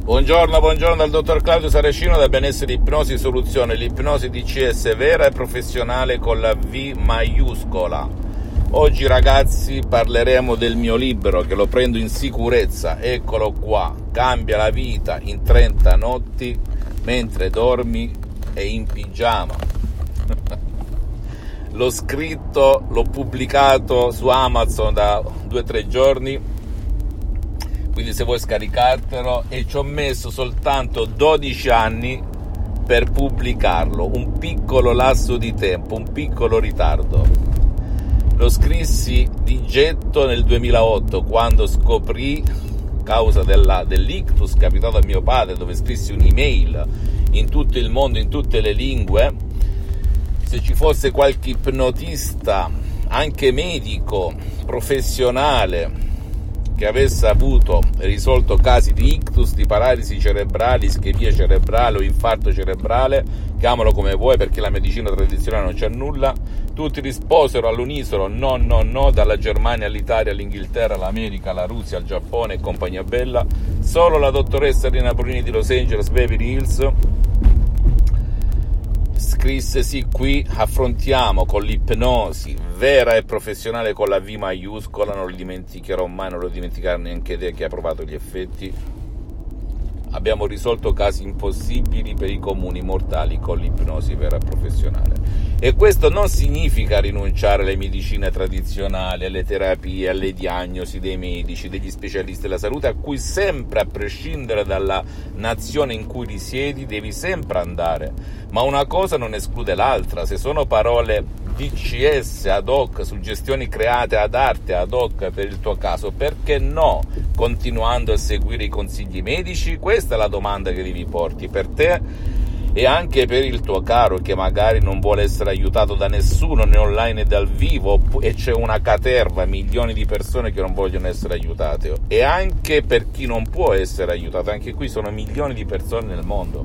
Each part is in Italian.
Buongiorno dal dottor Claudio Saracino da Benessere Ipnosi Soluzione, l'ipnosi DCS vera e professionale con la V maiuscola. Oggi ragazzi parleremo del mio libro che lo prendo in sicurezza, eccolo qua, cambia la vita in 30 notti mentre dormi e in pigiama. L'ho scritto, l'ho pubblicato su Amazon da 2-3 giorni, quindi se vuoi scaricartelo, e ci ho messo soltanto 12 anni per pubblicarlo, un piccolo lasso di tempo, un piccolo ritardo. Lo scrissi di getto nel 2008 quando scoprì, causa dell'ictus capitato a mio padre, dove scrissi un'email in tutto il mondo, in tutte le lingue, se ci fosse qualche ipnotista, anche medico, professionale, che avesse avuto e risolto casi di ictus, di paralisi cerebrali, ischemia cerebrale o infarto cerebrale, chiamalo come vuoi perché la medicina tradizionale non c'è nulla, tutti risposero all'unisono no, dalla Germania all'Italia, all'Inghilterra, all'America, alla Russia, al Giappone e compagnia bella. Solo la dottoressa Rina Brunini di Los Angeles Beverly Hills scrisse: sì, qui affrontiamo con l'ipnosi vera e professionale con la V maiuscola, non lo dimenticherò mai, non lo dimenticherà neanche te che ha provato gli effetti. Abbiamo risolto casi impossibili per i comuni mortali con l'ipnosi vera e professionale. E questo non significa rinunciare alle medicine tradizionali, alle terapie, alle diagnosi dei medici, degli specialisti della salute, a cui sempre, a prescindere dalla nazione in cui risiedi, devi sempre andare. Ma una cosa non esclude l'altra. Se sono parole DCS ad hoc, suggestioni create ad arte ad hoc per il tuo caso, perché no? Continuando a seguire i consigli medici? Questa è la domanda che devi porti per te e anche per il tuo caro che magari non vuole essere aiutato da nessuno, né online né dal vivo, e c'è una caterva, milioni di persone che non vogliono essere aiutate, e anche per chi non può essere aiutato, anche qui sono milioni di persone nel mondo.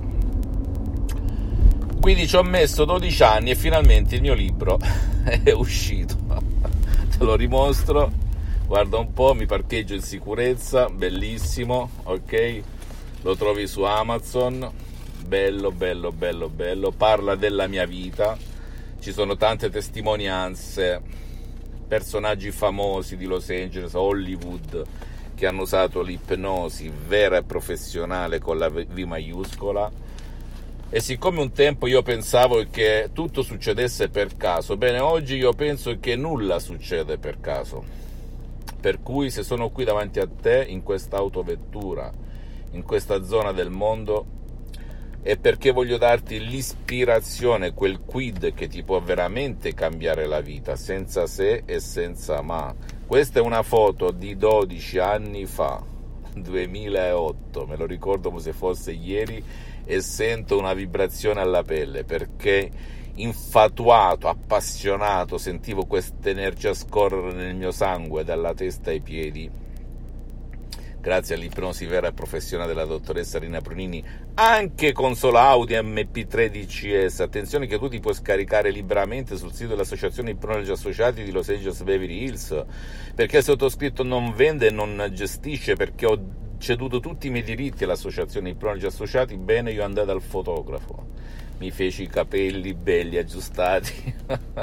Quindi ci ho messo 12 anni e finalmente il mio libro è uscito. Te lo rimostro, guarda un po', mi parcheggio in sicurezza, bellissimo, ok? Lo trovi su Amazon, bello, parla della mia vita, ci sono tante testimonianze, personaggi famosi di Los Angeles, Hollywood, che hanno usato l'ipnosi vera e professionale con la V maiuscola. E siccome un tempo io pensavo che tutto succedesse per caso, bene, oggi io penso che nulla succede per caso. Per cui se sono qui davanti a te, in questa autovettura, in questa zona del mondo, è perché voglio darti l'ispirazione, quel quid che ti può veramente cambiare la vita, senza se e senza ma. Questa è una foto di 12 anni fa, 2008, me lo ricordo come se fosse ieri, e sento una vibrazione alla pelle perché infatuato, appassionato, sentivo questa energia scorrere nel mio sangue dalla testa ai piedi, grazie all'ipnosi vera e professionale della dottoressa Rina Brunini, anche con solo audio MP3 DCS. Attenzione che tu ti puoi scaricare liberamente sul sito dell'Associazione Ipnologi Associati di Los Angeles Beverly Hills, perché il sottoscritto non vende e non gestisce, perché ho ceduto tutti i miei diritti all'Associazione Ipnologi Associati. Bene, io andai dal fotografo, mi feci i capelli belli aggiustati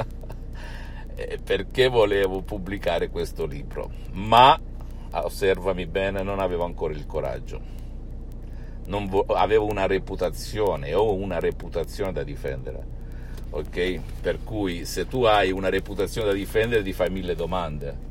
perché volevo pubblicare questo libro, ma osservami bene, non avevo ancora il coraggio, avevo una reputazione, ho una reputazione da difendere, ok? Per cui se tu hai una reputazione da difendere ti fai mille domande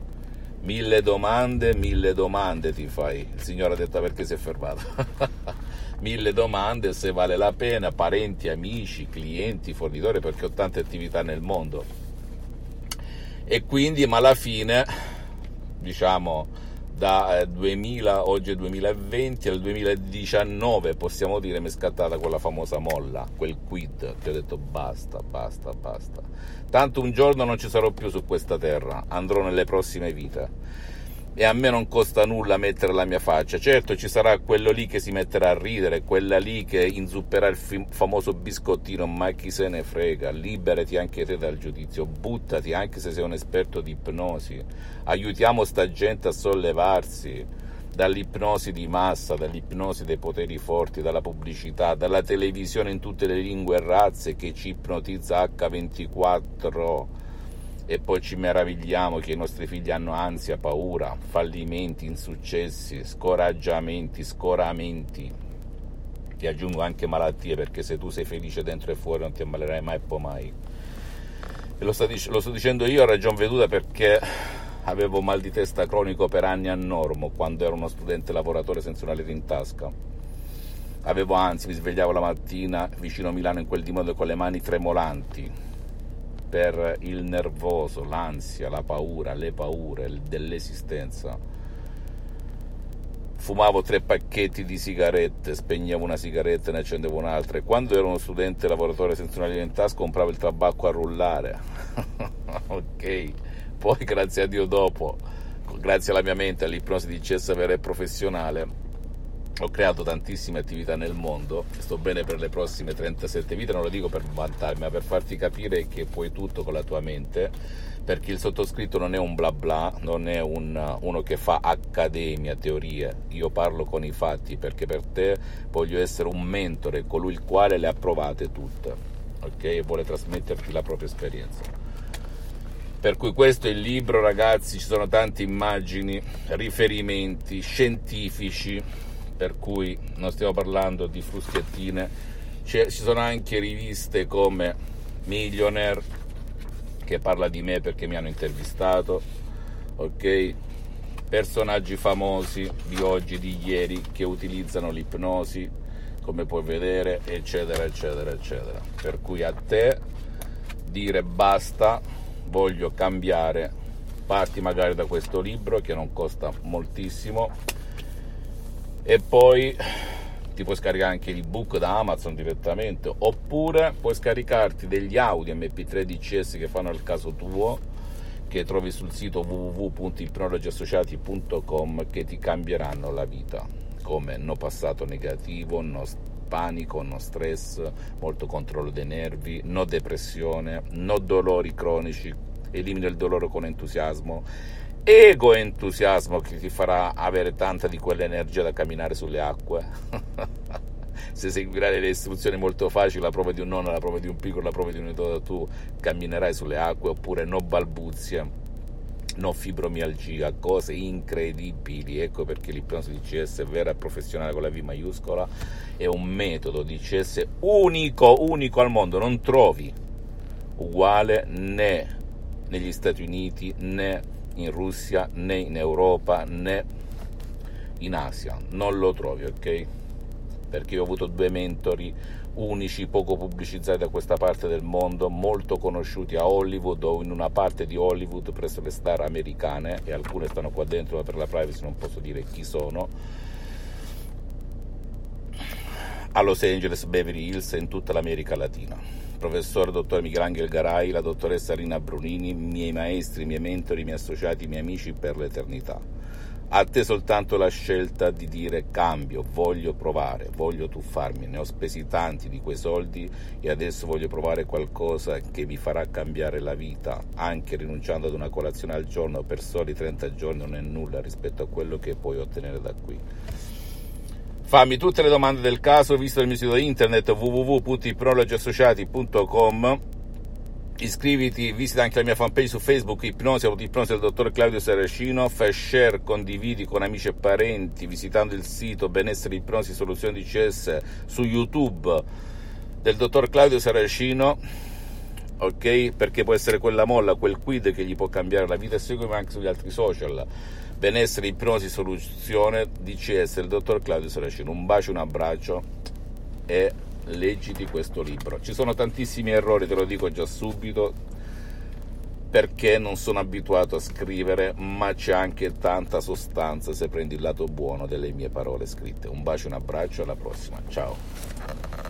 ti fai. Il Signore ha detto perché si è fermato. Mille domande se vale la pena, parenti, amici, clienti, fornitori, perché ho tante attività nel mondo. E quindi, ma alla fine, diciamo, da 2000, oggi è 2020, al 2019 possiamo dire mi è scattata quella famosa molla, quel quid che ho detto basta, tanto un giorno non ci sarò più su questa terra, andrò nelle prossime vite e a me non costa nulla mettere la mia faccia. Certo, ci sarà quello lì che si metterà a ridere, quella lì che inzupperà il famoso biscottino, ma chi se ne frega, liberati anche te dal giudizio, buttati anche se sei un esperto di ipnosi, aiutiamo sta gente a sollevarsi, dall'ipnosi di massa, dall'ipnosi dei poteri forti, dalla pubblicità, dalla televisione in tutte le lingue e razze che ci ipnotizza H24 e poi ci meravigliamo che i nostri figli hanno ansia, paura, fallimenti, insuccessi, scoraggiamenti, scoramenti. Ti aggiungo anche malattie, perché se tu sei felice dentro e fuori non ti ammalerai mai e poi mai. E lo sto dicendo io a ragion veduta, perché avevo mal di testa cronico per anni a Normo quando ero uno studente lavoratore senza una lira in tasca. Avevo ansia, mi svegliavo la mattina vicino a Milano in quel di modo con le mani tremolanti per il nervoso, l'ansia, la paura, le paure dell'esistenza. Fumavo 3 pacchetti di sigarette, spegnevo una sigaretta e ne accendevo un'altra, e quando ero uno studente lavoratore senza una lira in tasca compravo il tabacco a rullare. Ok, poi grazie a Dio dopo, grazie alla mia mente, all'ipnosi di DCS vera e professionale, ho creato tantissime attività nel mondo, sto bene per le prossime 37 vite, non lo dico per vantarmi, ma per farti capire che puoi tutto con la tua mente, perché il sottoscritto non è un bla bla, non è uno che fa accademia, teorie. Io parlo con i fatti, perché per te voglio essere un mentore, colui il quale le ha provate tutte, ok? E vuole trasmetterti la propria esperienza. Per cui questo è il libro, ragazzi, ci sono tante immagini, riferimenti scientifici, per cui non stiamo parlando di fruschettine. Ci sono anche riviste come Millionaire, che parla di me perché mi hanno intervistato, ok? Personaggi famosi di oggi, di ieri, che utilizzano l'ipnosi, come puoi vedere, eccetera, eccetera, eccetera. Per cui a te dire basta, voglio cambiare, parti magari da questo libro che non costa moltissimo, e poi ti puoi scaricare anche l'ebook da Amazon direttamente, oppure puoi scaricarti degli audio MP3 DCS che fanno il caso tuo, che trovi sul sito www.ipnologiassociati.com, che ti cambieranno la vita, come no passato negativo, no panico, no stress, molto controllo dei nervi, no depressione, no dolori cronici, elimina il dolore con entusiasmo, ego entusiasmo che ti farà avere tanta di quell'energia da camminare sulle acque. Se seguirai le istruzioni molto facili, la prova di un nonno, la prova di un piccolo, la prova di un idola, tu camminerai sulle acque. Oppure no balbuzie, no fibromialgia, cose incredibili. Ecco perché l'ipnosi DCS vera e professionale con la V maiuscola è un metodo DCS unico al mondo. Non trovi uguale né negli Stati Uniti, né in Russia, né in Europa, né in Asia. Non lo trovi, ok? Perché io ho avuto 2 mentori unici, poco pubblicizzati da questa parte del mondo, molto conosciuti a Hollywood o in una parte di Hollywood presso le star americane, e alcune stanno qua dentro, ma per la privacy non posso dire chi sono, a Los Angeles, Beverly Hills e in tutta l'America Latina. Professore dottor Michelangelo Garai, la dottoressa Rina Brunini, miei maestri, miei mentori, miei associati, miei amici per l'eternità. A te soltanto la scelta di dire cambio, voglio provare, voglio tuffarmi, ne ho spesi tanti di quei soldi e adesso voglio provare qualcosa che mi farà cambiare la vita, anche rinunciando ad una colazione al giorno per soli 30 giorni non è nulla rispetto a quello che puoi ottenere da qui. Fammi tutte le domande del caso, visto il mio sito internet www.ipnologiassociati.com. Iscriviti, visita anche la mia fanpage su Facebook, Ipnosi del dottor Claudio Saracino, fai share, condividi con amici e parenti, visitando il sito Benessere Ipnosi Soluzioni DCS su YouTube del dottor Claudio Saracino, ok? Perché può essere quella molla, quel quid che gli può cambiare la vita. E seguimi anche sugli altri social, Benessere Ipnosi Soluzione DCS del dottor Claudio Saracino. Un bacio, un abbraccio e leggiti questo libro. Ci sono tantissimi errori, te lo dico già subito, perché non sono abituato a scrivere, ma c'è anche tanta sostanza se prendi il lato buono delle mie parole scritte. Un bacio, un abbraccio, alla prossima, ciao.